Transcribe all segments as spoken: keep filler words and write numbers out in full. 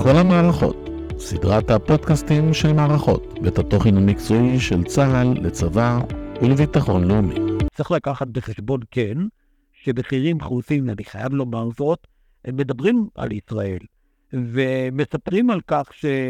כל המערכות, סדרת הפודקאסטים של מערכות, ואת התוכן המקצועי של צה"ל לצבא ולביטחון לאומי. צריך לקחת בחשבון כן, שבכירים חרוצים, אני חייב לומר זאת, הם מדברים על ישראל, ומספרים על כך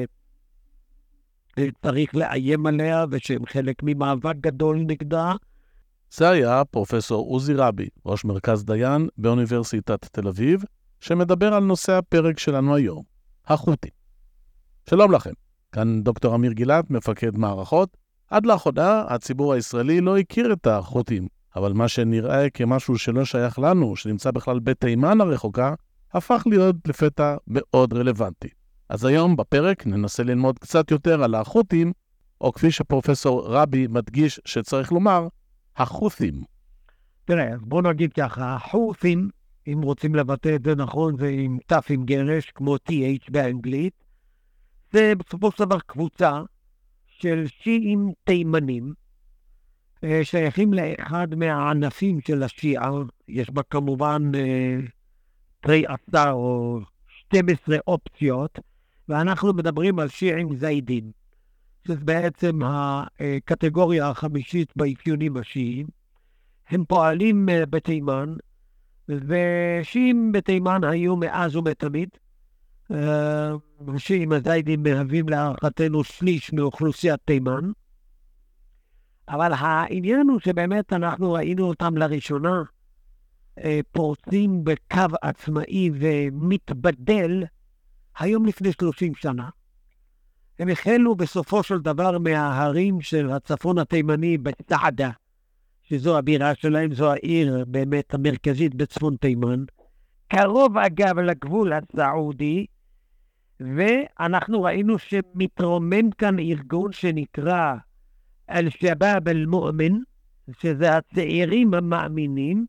שצריך לאיים עליה, ושהם חלק ממאבק גדול נגדה. זה היה פרופסור עוזי רבי, ראש מרכז דיין באוניברסיטת תל אביב, שמדבר על נושא הפרק שלנו היום, החות'ים. שלום לכם, כאן דוקטור אמיר גילת, מפקד מערכות. עד לאחרונה הציבור הישראלי לא הכיר את החות'ים, אבל מה שנראה כמשהו שלא שייך לנו, שנמצא בכלל בתימן הרחוקה, הפך להיות לפתע מאוד רלוונטי. אז היום בפרק ננסה ללמוד קצת יותר על החות'ים, או כפי שפרופסור רבי מדגיש שצריך לומר, החות'ים. תראה, בוא נגיד ככה, החות'ים, אם רוצים לבטא את זה נכון, זה עם תף עם גרש, כמו טי אייץ' באנגלית, זה בסופו של דבר קבוצה של שיעים תימנים, שייכים לאחד מהענפים של השיעה, יש בה כמובן תרי עשר או שתים עשרה אופציות, ואנחנו מדברים על שיעים זיידים, שזה בעצם הקטגוריה החמישית באפיונים השיעים. הם פועלים בתימן, ושיעים בתימן היו מאז ומתמיד. השיעים הזיידים מהווים להערכתנו שליש מאוכלוסיית תימן, אבל העניין הוא שבאמת אנחנו ראינו אותם לראשונה פורצים בקו עצמאי ומתבדל היום לפני שלושים שנה. הם החלו בסופו של דבר מההרים של הצפון התימני בסעדה, שזו הבירה שלהם, זו העיר באמת המרכזית בצפון תימן, קרוב אגב לגבול הסעודי, ואנחנו ראינו שמתרומם כאן ארגון שנקרא אל-שבאב אל-מואמן, שזה הצעירים המאמינים,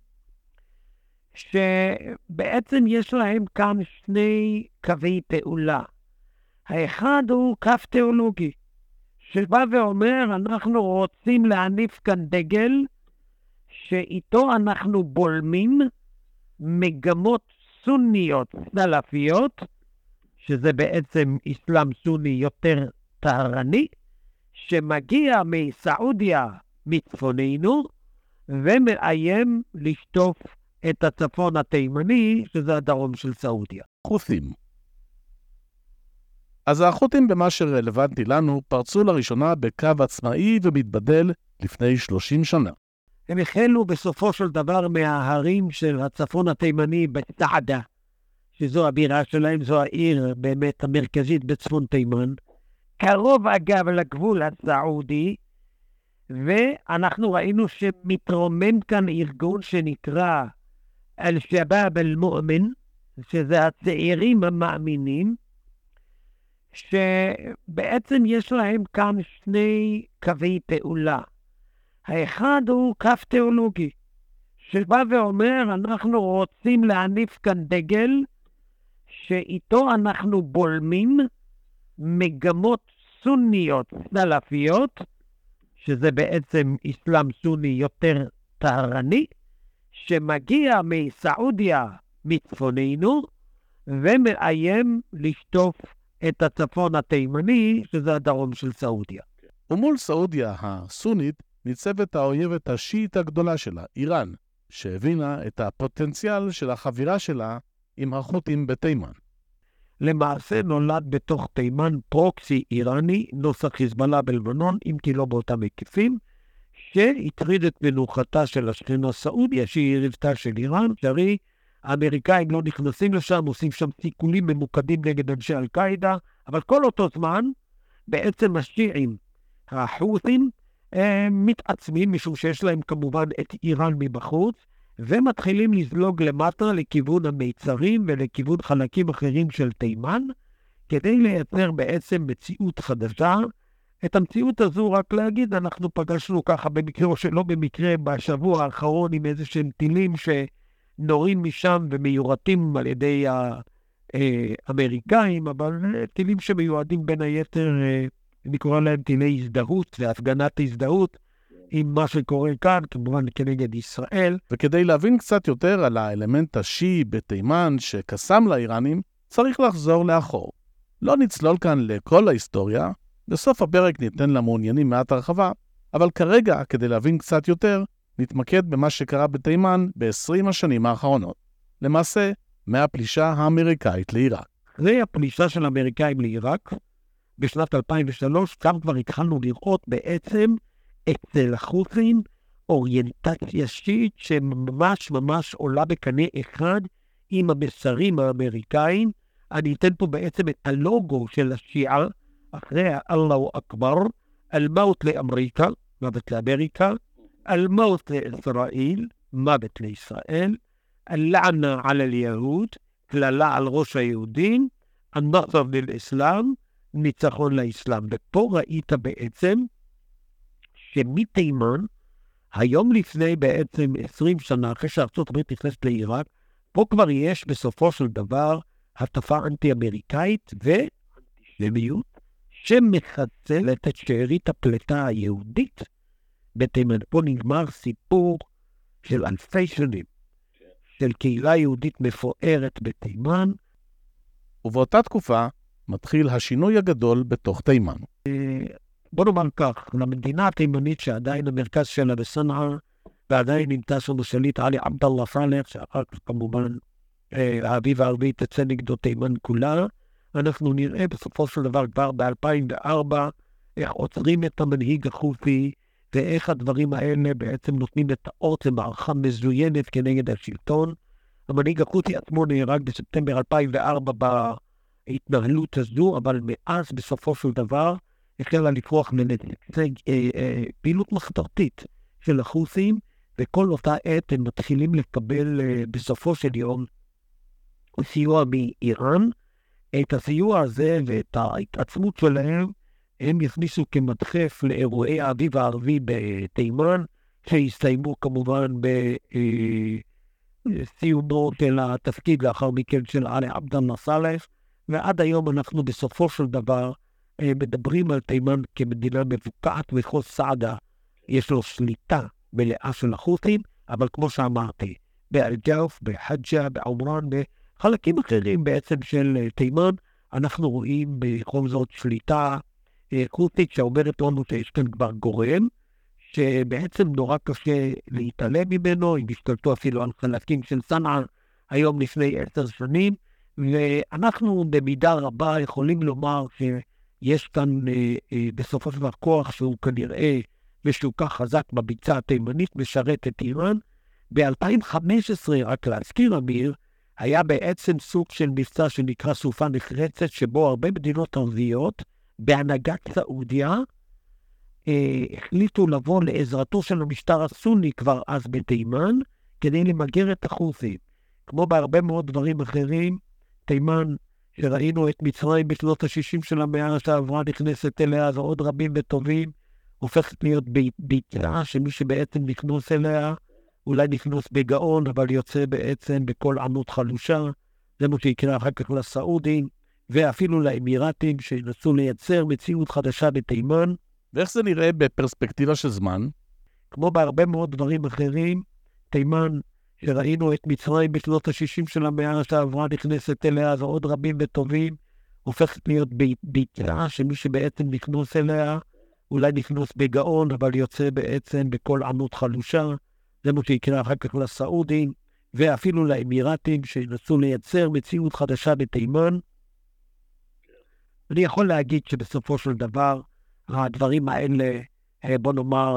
שבעצם יש להם כאן שני קווי פעולה. האחד הוא קו תיאולוגי, שבא ואומר, אנחנו רוצים להניף כאן דגל, שאיתו אנחנו בולמים מגמות סוניות סלפיות, שזה בעצם אסלאם סוני יותר טהרני, שמגיע מסעודיה מצפוננו, ומאיים לשטוף את הצפון התימני, שזה הדרום של סעודיה. חות'ים. אז החות'ים במה שרלוונטי לנו פרצו לראשונה בקו עצמאי ומתבדל לפני שלושים שנה. הם החלו בסופו של דבר מההרים של הצפון התימני בסעדה, שזו הבירה שלהם, זו העיר באמת המרכזית בצפון תימן, קרוב אגב לגבול הסעודי, ואנחנו ראינו שמתרומם כאן ארגון שנקרא אל-שבאב אל-מואמן, שזה הצעירים המאמינים, שבעצם יש להם כאן שני קווי פעולה. האחד הוא קו תיאולוגי, שבא ואומר, אנחנו רוצים להניף כאן דגל, שאיתו אנחנו בולמים מגמות סוניות סלפיות, שזה בעצם אסלאם סוני יותר טהרני, שמגיע מסעודיה מצפוננו, ומאיים לשטוף את הצפון התימני, שזה הדרום של סעודיה. ומול סעודיה הסונית ניצבת האויבת השיעית הגדולה שלה, איראן, שהבינה את הפוטנציאל של החבירה שלה עם החות'ים בתימן. למעשה נולד בתוך תימן פרוקסי איראני, נוסח חיזבאללה בלבנון, אם כי לא באותם היקפים, שהטריד את מנוחתה של השכנה סעודיה, שהיא יריבתה של איראן, שהרי האמריקאים לא נכנסים לשם, עושים שם סיכולים ממוקדים נגד אנשי אל-קאידה, אבל כל אותו זמן, בעצם השיעים, החות'ים, הם מתעצמים, משום שיש להם כמובן את איראן מבחוץ, ומתחילים לזלוג למטה לכיוון המיצרים ולכיוון חלקים אחרים של תימן, כדי לייצר בעצם מציאות חדשה. את המציאות הזו רק להגיד, אנחנו פגשנו ככה במקרה או שלא במקרה בשבוע האחרון עם איזה שהם טילים שנורים משם ומיורטים על ידי האמריקאים, אבל טילים שמיועדים בין היתר, אני קורא להם טילי הזדהות והפגנת הזדהות, עם מה שקורה כאן, כמובן כנגד ישראל. וכדי להבין קצת יותר על האלמנט השיעי בתימן שקסם לאיראנים, צריך לחזור לאחור, לא נצלול כאן לכל ההיסטוריה, בסוף הפרק ניתן למעוניינים מעט הרחבה, אבל כרגע, כדי להבין קצת יותר, נתמקד במה שקרה בתימן ב-עשרים השנים האחרונות. למעשה, מהפלישה האמריקאית לעיראק. אחרי הפלישה של האמריקאים לעיראק, בשנת אלפיים ושלוש, שם כבר התחלנו לראות בעצם אצל החות'ים אוריינטציה שיעית שממש ממש עולה בקנה אחד עם המסרים האמריקאים. אני אתן פה בעצם את הלוגו של השיעה, אחרי אללהו אכבר, אל-מות לאמריקה, מוות לאמריקה, אל-מות לישראל, מוות לישראל, אל-לענה על אל-יהוד, כללה על ראש היהודים, הנצר לאסלאם, ניצחון לאסלאם. ופה ראית בעצם שמתימן, היום לפני בעצם עשרים שנה, אחרי שארצות הברית נכנסת לעיראק, פה כבר יש בסופו של דבר הטפה אנטי-אמריקאית ואנטישמיות, שמחסלת את שארית הפלטה היהודית בתימן. פה נגמר סיפור של אלפי שנים, של קהילה יהודית מפוארת בתימן. ובאותה תקופה מתחיל השינוי הגדול בתוך תימן. בוא נאמר כך, למדינה התימנית שעדיין המרכז שלה בסנעה, ועדיין נמצא שם שליט עלי עבדאללה סאלח, שאחר כך כמובן האביב הערבי תצא נגדו תימן כולה, אנחנו נראה בסופו של דבר כבר ב-אלפיים וארבע איך עוצרים את המנהיג החות'י, ואיך הדברים האלה בעצם נותנים את האות למערכה מזוינת כנגד השלטון. המנהיג החות'י עצמו נהרג בספטמבר אלפיים וארבע בהתנהלות הזו, אבל מאז בסופו של דבר החלה לפרוח מנצג אה, אה, פעילות מחתרתית של החות'ים, וכל אותה עת הם מתחילים לקבל אה, בסופו של יום סיוע מאיראן. את הסיוע הזה ואת ההתעצמות שלהם הם יכניסו כמדחף לאירועי האביב הערבי בתימן, שהסתיימו כמובן בסיומו של התפקיד לאחר מכן של עלי עבדאללה סאלח, ועד היום אנחנו בסופו של דבר מדברים על תימן כמדינה מבוקעת, וכל סעדה יש לו שליטה מלאה של החות'ים, אבל כמו שאמרתי, באל-ג'וף, בחג'ה, בעומרן, בחלקים אחרים בעצם של תימן, אנחנו רואים בכל זאת שליטה חות'ית שאומרת לנו שיש כאן כבר גורם, שבעצם נורא קשה להתעלם ממנו, אם השתלטו אפילו על חלקים של סנעה היום לפני עשר שנים, ואנחנו במידה רבה יכולים לומר שיש כאן אה, אה, בסופו של דבר כוח שהוא כנראה משוקע חזק בביצה התימנית, משרת את איראן. ב-אלפיים וחמש עשרה, רק להזכיר אמיר, היה בעצם סוג של מבצע שנקרא סופה נחרצת, שבו הרבה מדינות ערביות, בהנהגת סעודיה, אה, החליטו לבוא לעזרתו של המשטר הסוני כבר אז בתימן, כדי למגר את החות'ים. כמו בהרבה מאוד דברים אחרים, תימן, שראינו את מצרים בשנות ה-שישים של המאה שעברה נכנסת אליה, ועוד רבים וטובים, הופכת להיות ביצה שמי שבעצם נכנוס אליה, אולי נכנוס בגאון, אבל יוצא בעצם בכל ענות חלושה. זה מה שיקרה אחר כך לסעודים, ואפילו לאמירתים שנסו לייצר מציאות חדשה בתימן. ואיך זה נראה בפרספקטיבה של זמן? כמו בהרבה מאוד דברים אחרים, תימן, שראינו את מצרים בשנות ה-שישים של המאה שעברה נכנסת אליה, ועוד רבים וטובים, הופכת להיות ביצה שמי שבעצם נכנוס אליה, אולי נכנוס בגאון, אבל יוצא בעצם בכל ענות חלושה. זה מה שיקרה אחר כך לסעודים, ואפילו לאמירתים שנסו לייצר מציאות חדשה בתימן. אני יכול להגיד שבסופו של דבר, הדברים האלה, בוא נאמר,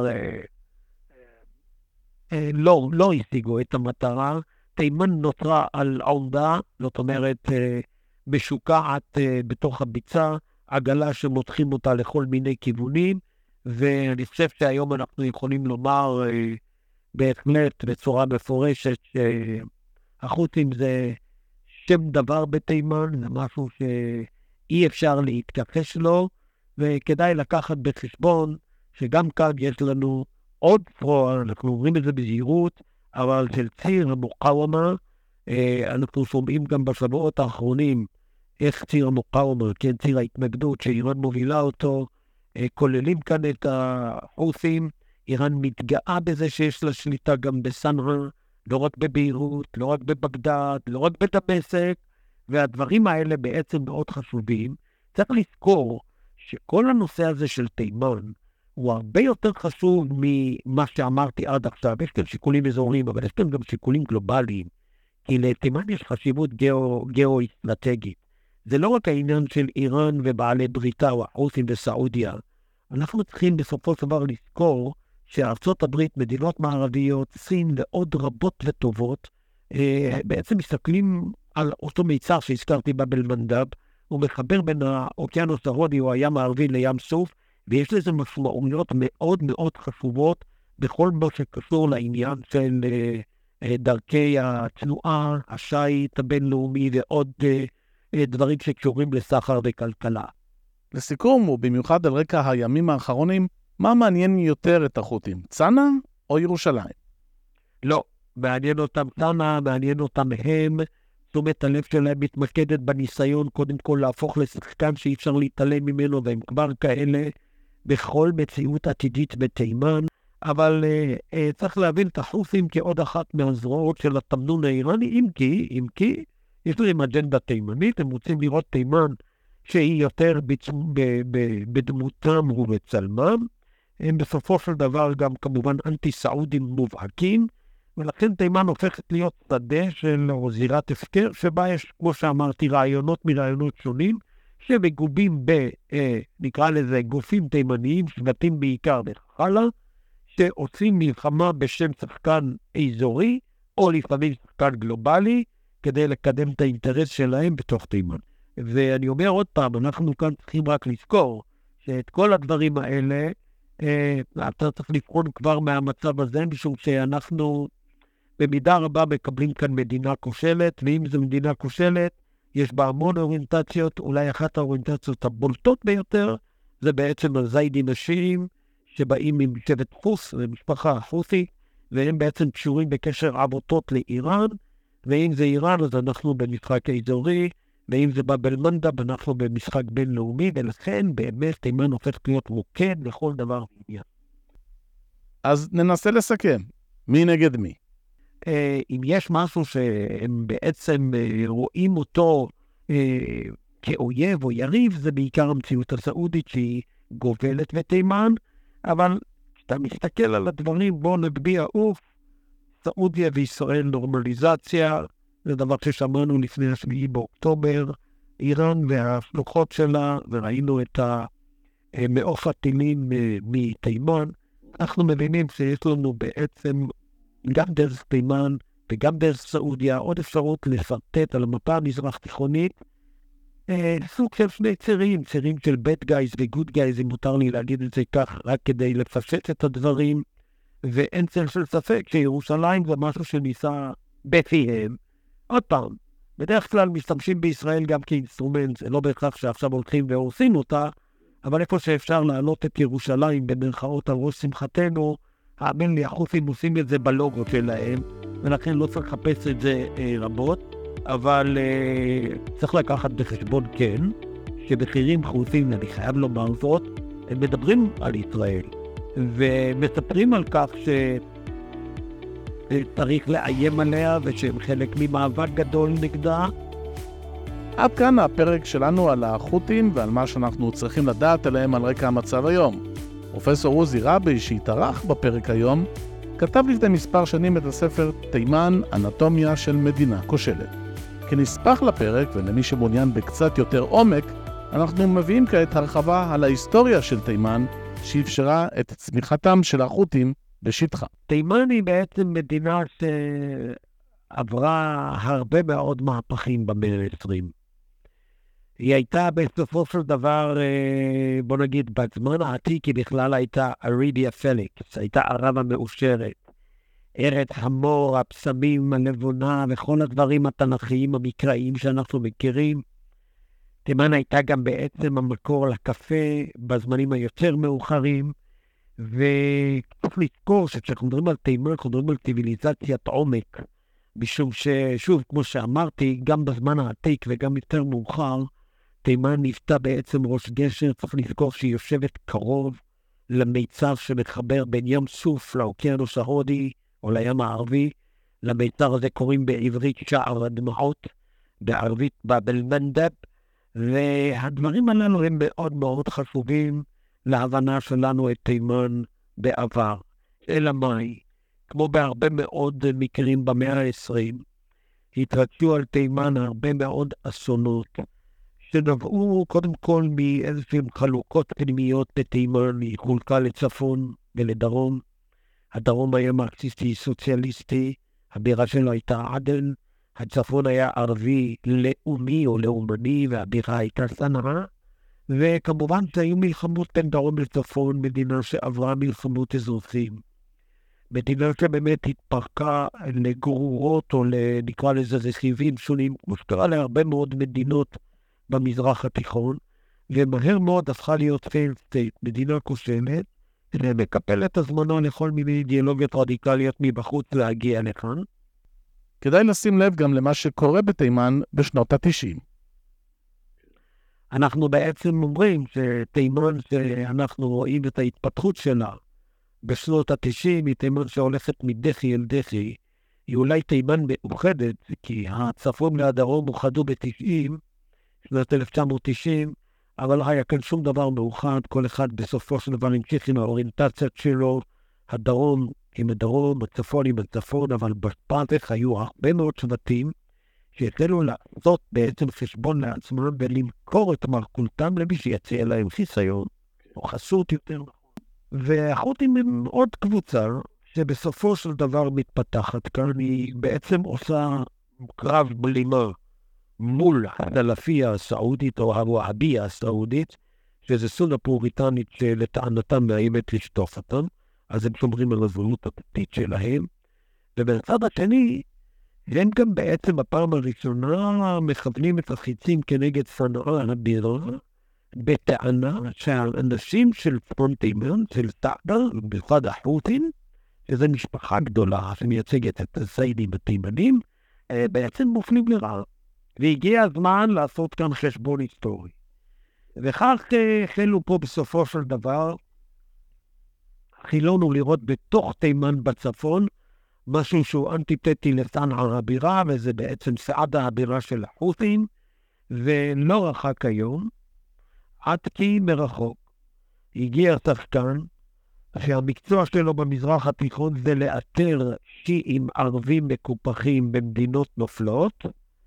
לא, לא השיגו את המטרה. תימן נותרה על עומדה, זאת אומרת, משוקעת בתוך הביצה, עגלה שמותחים אותה לכל מיני כיוונים, ואני חושב שהיום אנחנו יכולים לומר בהחלט בצורה מפורשת שהחות'ים זה שם דבר בתימן, זה משהו שאי אפשר להתכחש לו, וכדאי לקחת בחשבון שגם כאן יש לנו עוד פרוע, אנחנו אומרים את זה בזהירות, אבל של ציר המוקאוומה, אנחנו שומעים גם בשבועות האחרונים איך ציר המוקאוומה, כן, ציר ההתנגדות שאיראן מובילה אותו, כוללים כאן את החות'ים. איראן מתגאה בזה שיש לה שליטה גם בסנעה, לא רק בביירות, לא רק בבגדד, לא רק בדמשק, והדברים האלה בעצם מאוד חשובים, צריך לזכור שכל הנושא הזה של תימן הוא הרבה יותר חשוב ממה שאמרתי עד עכשיו. יש כאן שיקולים אזוריים, אבל יש כאן גם שיקולים גלובליים, כי לתימן יש חשיבות גאו, גאו-אסטרטגית. זה לא רק העניין של איראן ובעלי בריתה או החות'ים וסעודיה. אנחנו צריכים בסופו של דבר לזכור שארצות הברית, מדינות מערביות, סין ועוד רבות וטובות, אה, בעצם מסתכלים על אותו מיצר שהזכרתי באב אל-מנדב, הוא מחבר בין האוקיינוס ההודי או הים הערבי לים סוף, ויש לזה משמעויות מאוד מאוד חשובות בכל מה שקשור לעניין של אה, אה, דרכי התנועה, השייט הבינלאומי ועוד אה, אה, דברים שקשורים לסחר וכלכלה. לסיכום, ובמיוחד על רקע הימים האחרונים, מה מעניין יותר את החות'ים, צנעא או ירושלים? לא, מעניין אותם צנעא, מעניין אותם הם, תשומת הלב שלהם מתמקדת בניסיון קודם כל להפוך לשחקן שאי אפשר להתעלם ממנו, והם כבר כאלה בכל מציאות עתידית בתימן, אבל uh, uh, צריך להבין את החות'ים כעוד אחת מהזרועות של התמנון האיראני, אם כי, אם כי, יש להם אג'נדה תימנית, הם רוצים לראות תימן שהיא יותר בצ... ב... ב... בדמותם ובצלמם, הם בסופו של דבר גם כמובן אנטי-סעודים מובהקים, ולכן תימן הופכת להיות שדה של או זירת הפקר, שבה יש, כמו שאמרתי, רעיונות מרעיונות שונים, שמגובים ב, אה, נקרא לזה, גופים תימניים, שבטים בעיקר בחלה, שעושים מלחמה בשם שחקן אזורי, או לפעמים שחקן גלובלי, כדי לקדם את האינטרס שלהם בתוך תימן. ואני אומר עוד פעם, אנחנו כאן צריכים רק לזכור, שאת כל הדברים האלה, אה, אתה צריך לבחון כבר מהמצב הזה, משום שאנחנו במידה רבה מקבלים כאן מדינה כושלת, ואם זו מדינה כושלת, יש בה המון אוריינטציות, אולי אחת האוריינטציות הבולטות ביותר, זה בעצם הזיידים השיעים, שבאים עם שבט חוס, ומשפחה חות'י, והם בעצם קשורים בקשר עבותות לאיראן, ואם זה איראן, אז אנחנו במשחק אזורי, ואם זה באב אל-מנדב, אנחנו במשחק בינלאומי, ולכן באמת תימן הופך להיות מוקד לכל דבר בעניין. אז ננסה לסכם. מי נגד מי? אם יש משהו שהם בעצם רואים אותו כאויב או יריב, זה בעיקר המציאות הסעודית שהיא גובלת בתימן, אבל כשאתה מסתכל על הדברים, בוא נגביה עוף, סעודיה וישראל נורמליזציה, זה דבר ששמענו לפני השביעי באוקטובר, איראן והשלוחות שלה, וראינו את מעוף הטילים מתימן, אנחנו מבינים שיש לנו בעצם גם דרך תימן וגם דרך סעודיה עוד אפשרות לפרטט על המפה המזרח תיכונית, אה, סוג של שני צירים, צירים של bad guys ו-good guys, אם מותר לי להגיד את זה כך, רק כדי לפשט את הדברים, ואין צל של ספק שירושלים זה משהו שניסה בפיהם. עוד פעם, בדרך כלל משתמשים בישראל גם כאינסטרומנט, זה לא בהכרח שעכשיו הולכים והורסים אותה, אבל איפה שאפשר להעלות את ירושלים במרכאות על ראש שמחתנו, האמן לי, החות'ים עושים את זה בלוגו שלהם, ולכן לא צריך לחפש את זה אה, רבות, אבל אה, צריך לקחת בחשבון כן, שבחירים חות'ים, אני חייב לומר זאת, הם מדברים על ישראל, ומספרים על כך שצריך לאיים עליה, ושהם חלק ממאבק גדול נגדה. עד כאן הפרק שלנו על החות'ים ועל מה שאנחנו צריכים לדעת עליהם על רקע המצב היום. פרופסור עוזי רבי, שהתארח בפרק היום, כתב לפני מספר שנים את הספר תימן, אנטומיה של מדינה כושלת. כנספח לפרק, ולמי שמעוניין בקצת יותר עומק, אנחנו מביאים כעת הרחבה על ההיסטוריה של תימן, שאפשרה את צמיחתם של החות'ים בשטחה. תימן היא בעצם מדינה שעברה הרבה מאוד מהפכים במאה ה-עשרים. היא הייתה בסופו של דבר, בוא נגיד, בזמן העתיק היא בכלל הייתה אריביה פליקס, הייתה ערב המאושרת, ארץ המור, הפסמים, הלבונה וכל הדברים התנכיים המקראיים שאנחנו מכירים. תימן הייתה גם בעצם המקור לקפה בזמנים היותר מאוחרים, וצריך לזכור שכשאנחנו מדברים על תימן, אנחנו מדברים על ציוויליזציית עומק, משום ששוב, כמו שאמרתי, גם בזמן העתיק וגם יותר מאוחר, תימן נפתה בעצם ראש גשר, צריך לזכור שהיא יושבת קרוב למיצר שמחבר בין ים סוף לאוקיינוס ההודי או לים הערבי. למיצר הזה קוראים בעברית שער הדמעות, בערבית באב אל-מנדב, והדברים הללו הם מאוד מאוד חשובים להבנה שלנו את תימן בעבר. אלא מאי, כמו בהרבה מאוד מקרים במאה ה-עשרים, התרחשו על תימן הרבה מאוד אסונות, שנבעו קודם כל מאיזשהם חלוקות פנימיות בתימן, היא חולקה לצפון ולדרום. הדרום היה מרקסיסטי סוציאליסטי, הבירה שלו הייתה עדן, הצפון היה ערבי לאומי או לאומני, והבירה הייתה סנעה, וכמובן שהיו מלחמות בין דרום לצפון, מדינה שעברה מלחמות אזרחים. מדינה שבאמת התפרקה לגרורות, או נקרא לזה רכיבים שונים, כמו שקרה להרבה מאוד מדינות במזרח התיכון, ומהר מאוד הפכה להיות failed state, מדינה כושלת, ומקפלת הזמנה לכל מיני אידיאולוגיות רדיקליות מבחוץ להגיע לכאן. כדאי לשים לב גם למה שקורה בתימן בשנות ה-תשעים. אנחנו בעצם אומרים שתימן שאנחנו רואים את ההתפתחות שלה בשנות ה-תשעים, היא תימן שהולכת מדחי אל דחי, היא אולי תימן מאוחדת, כי הצפון והדרום אוחדו ב-תשעים, שנת אלף תשע מאות תשעים, אבל היה כאן שום דבר מאוחד, כל אחד בסופו של דבר המשיך עם האוריינטציות שלו, הדרום עם הדרום, הצפון עם הצפון, אבל בפרטך היו הרבה מאוד שבטים, שהתחילו לעשות בעצם חשבון לעצמם ולמכור את מרכולתם למי שיציע להם חיסיון, או חסות יותר נכון. והחות'ים הם עוד קבוצה שבסופו של דבר מתפתחת כאן, היא בעצם עושה קרב בלימה מול הסלפיה הסעודית או הוואהביה הסעודית, שזה סונה פוריטנית שלטענתם מאיימת לשטוף אותם, אז הם שומרים על הזהות הדתית שלהם, ובצד השני, הם גם בעצם בפעם הראשונה מכוונים את החיצים כנגד סנעה הבירה, בטענה שהאנשים של צפון תימן, של תעבר, במיוחד החות'ים, שזו משפחה גדולה שמייצגת את הזיידים התימנים, בעצם מופלים לרעה. והגיע הזמן לעשות כאן חשבון היסטורי. וכך החלו פה בסופו של דבר, חילונו לראות בתוך תימן בצפון, משהו שהוא אנטיתטי לסנעה הבירה, וזה בעצם סעדה הבירה של החות'ים, ולא רחק היום, עד כי מרחוק. הגיע שחקן, שהמקצוע שלו במזרח התיכון זה לאתר שיעים ערבים מקופחים במדינות נופלות,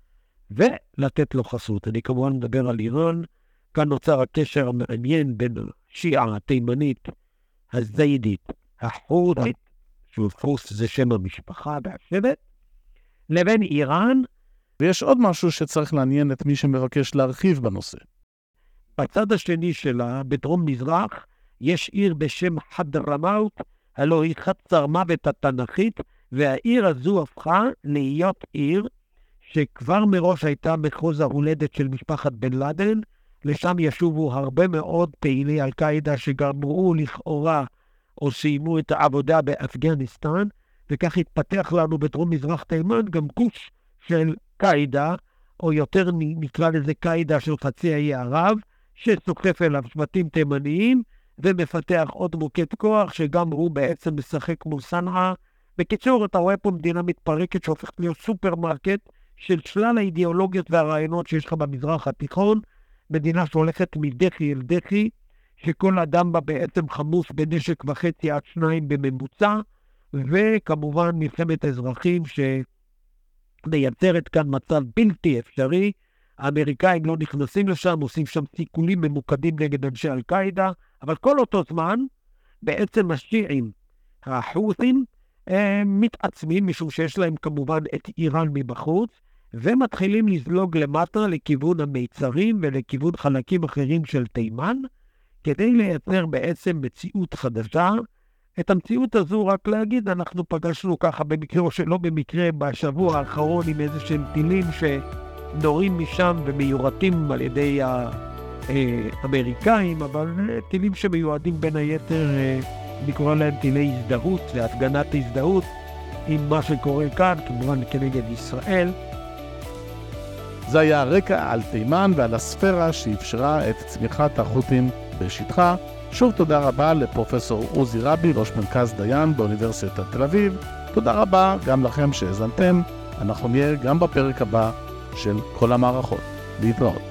ולתת לו חסות. אני כמובן מדבר על איראן, כאן נוצר הקשר המעניין בין שיעה התימנית, הזיידית, החות'ית, שפוס זה שם המשפחה והשבט, לבין איראן. ויש עוד משהו שצריך לעניין את מי שמבקש להרחיב בנושא. בצד השני שלה, בדרום מזרח, יש עיר בשם חדרמאוט, הלוא היא חצר מוות התנ"כית, והעיר הזו הפכה להיות עיר שכבר מראש הייתה מחוז ההולדת של משפחת בן לאדן, לשם ישובו הרבה מאוד פעילי אל-קאעידה שגמרו לכאורה או סיימו את העבודה באפגניסטן, וכך התפתח לנו בדרום מזרח תימן גם גוש של קאעידה, או יותר נקרא לזה קאעידה של חצי האי ערב, שסוחף אליו שבטים תימניים, ומפתח עוד מוקד כוח שגם הוא בעצם משחק מול סנעה. בקיצור, אתה רואה פה מדינה מתפרקת שהופכת להיות סופרמרקט של שלל האידיאולוגיות והרעיונות שיש לך במזרח התיכון, מדינה שהולכת מדחי אל דחי, שכל אדם בה בעצם חמוס בנשק וחצי עד שניים בממוצע, וכמובן מלחמת אזרחים שמייצרת כאן מצב בלתי אפשרי. האמריקאים לא נכנסים לשם, עושים שם סיכולים ממוקדים נגד אנשי אל-קאעידה, אבל כל אותו זמן בעצם השיעים, החות'ים, מתעצמים, משום שיש להם כמובן את איראן מבחוץ, ומתחילים לזלוג למטה לכיוון המיצרים ולכיוון חלקים אחרים של תימן, כדי לייצר בעצם מציאות חדשה. את המציאות הזו, רק להגיד, אנחנו פגשנו ככה במקרה או שלא במקרה בשבוע האחרון עם איזה שהם טילים שנורים משם ומיורטים על ידי האמריקאים, אבל טילים שמיועדים בין היתר, אני קורא להם טילי הזדהות והפגנת הזדהות עם מה שקורה כאן, כמובן כנגד ישראל. זה היה הרקע על תימן ועל הספירה שאפשרה את צמיחת החות'ים בשטחה. שוב תודה רבה לפרופסור עוזי רבי, ראש מרכז דיין באוניברסיטת תל אביב. תודה רבה גם לכם שהאזנתם. אנחנו נהיה גם בפרק הבא של כל המערכות. להתראות.